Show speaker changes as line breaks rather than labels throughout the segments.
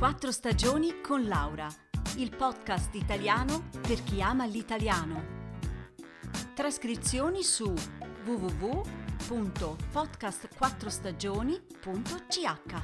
Quattro stagioni con Laura, il podcast italiano per chi ama l'italiano. Trascrizioni su www.podcastquattrostagioni.ch.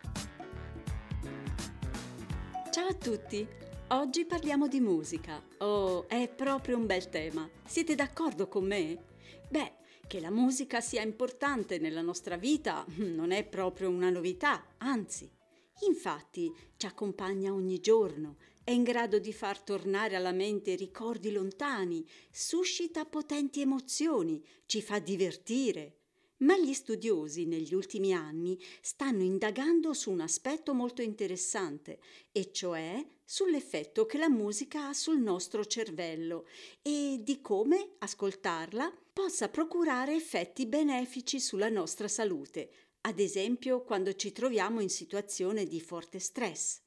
Ciao a tutti! Oggi parliamo di musica. Oh, è proprio un bel tema. Siete d'accordo con me? Beh, che la musica sia importante nella nostra vita non è proprio una novità, anzi. Infatti ci accompagna ogni giorno, è in grado di far tornare alla mente ricordi lontani, suscita potenti emozioni, ci fa divertire. Ma gli studiosi negli ultimi anni stanno indagando su un aspetto molto interessante, e cioè sull'effetto che la musica ha sul nostro cervello e di come ascoltarla possa procurare effetti benefici sulla nostra salute, ad esempio quando ci troviamo in situazione di forte stress.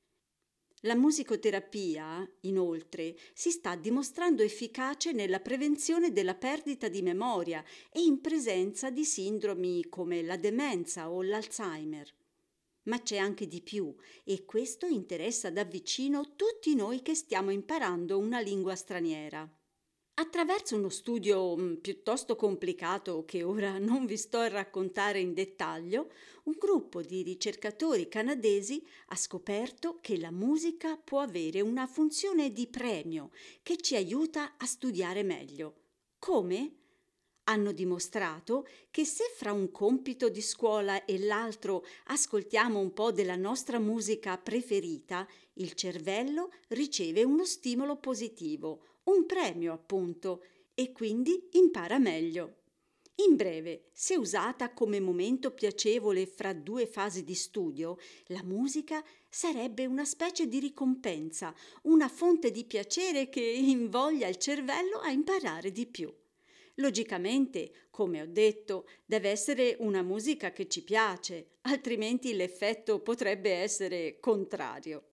La musicoterapia, inoltre, si sta dimostrando efficace nella prevenzione della perdita di memoria e in presenza di sindromi come la demenza o l'Alzheimer. Ma c'è anche di più, e questo interessa da vicino tutti noi che stiamo imparando una lingua straniera. Attraverso uno studio piuttosto complicato che ora non vi sto a raccontare in dettaglio, un gruppo di ricercatori canadesi ha scoperto che la musica può avere una funzione di premio che ci aiuta a studiare meglio. Come? Hanno dimostrato che se fra un compito di scuola e l'altro ascoltiamo un po' della nostra musica preferita, il cervello riceve uno stimolo positivo, un premio appunto, e quindi impara meglio. In breve, se usata come momento piacevole fra due fasi di studio, la musica sarebbe una specie di ricompensa, una fonte di piacere che invoglia il cervello a imparare di più. Logicamente, come ho detto, deve essere una musica che ci piace, altrimenti l'effetto potrebbe essere contrario.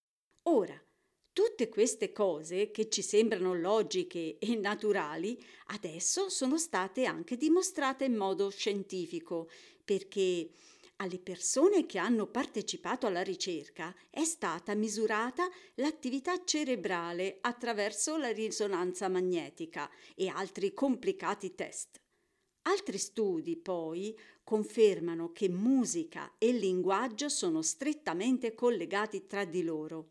Ora, tutte queste cose che ci sembrano logiche e naturali adesso sono state anche dimostrate in modo scientifico, perché alle persone che hanno partecipato alla ricerca è stata misurata l'attività cerebrale attraverso la risonanza magnetica e altri complicati test. Altri studi, poi, confermano che musica e linguaggio sono strettamente collegati tra di loro.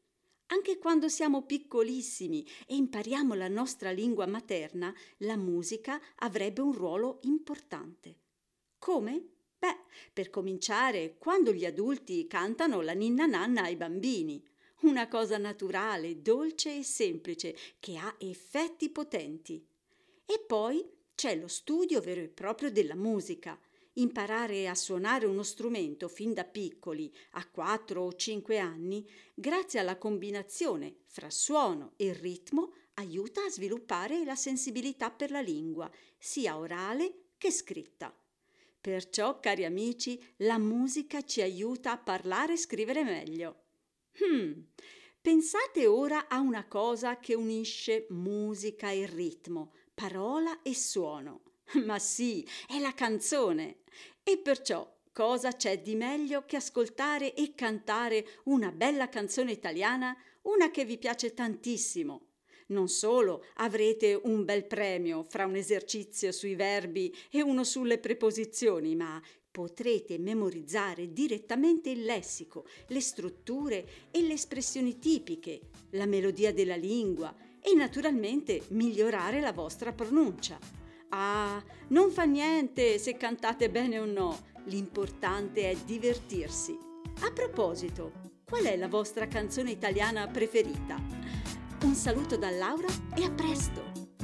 Anche quando siamo piccolissimi e impariamo la nostra lingua materna, la musica avrebbe un ruolo importante. Come? Beh, per cominciare, quando gli adulti cantano la ninna nanna ai bambini, una cosa naturale, dolce e semplice, che ha effetti potenti. E poi c'è lo studio vero e proprio della musica. Imparare a suonare uno strumento fin da piccoli, a 4 o 5 anni, grazie alla combinazione fra suono e ritmo, aiuta a sviluppare la sensibilità per la lingua, sia orale che scritta. Perciò, cari amici, la musica ci aiuta a parlare e scrivere meglio. Pensate ora a una cosa che unisce musica e ritmo, parola e suono. Ma sì, è la canzone. E perciò cosa c'è di meglio che ascoltare e cantare una bella canzone italiana, una che vi piace tantissimo? Non solo avrete un bel premio fra un esercizio sui verbi e uno sulle preposizioni, ma potrete memorizzare direttamente il lessico, le strutture e le espressioni tipiche, la melodia della lingua e naturalmente migliorare la vostra pronuncia. Ah, non fa niente se cantate bene o no, l'importante è divertirsi. A proposito, qual è la vostra canzone italiana preferita? Un saluto da Laura e a presto!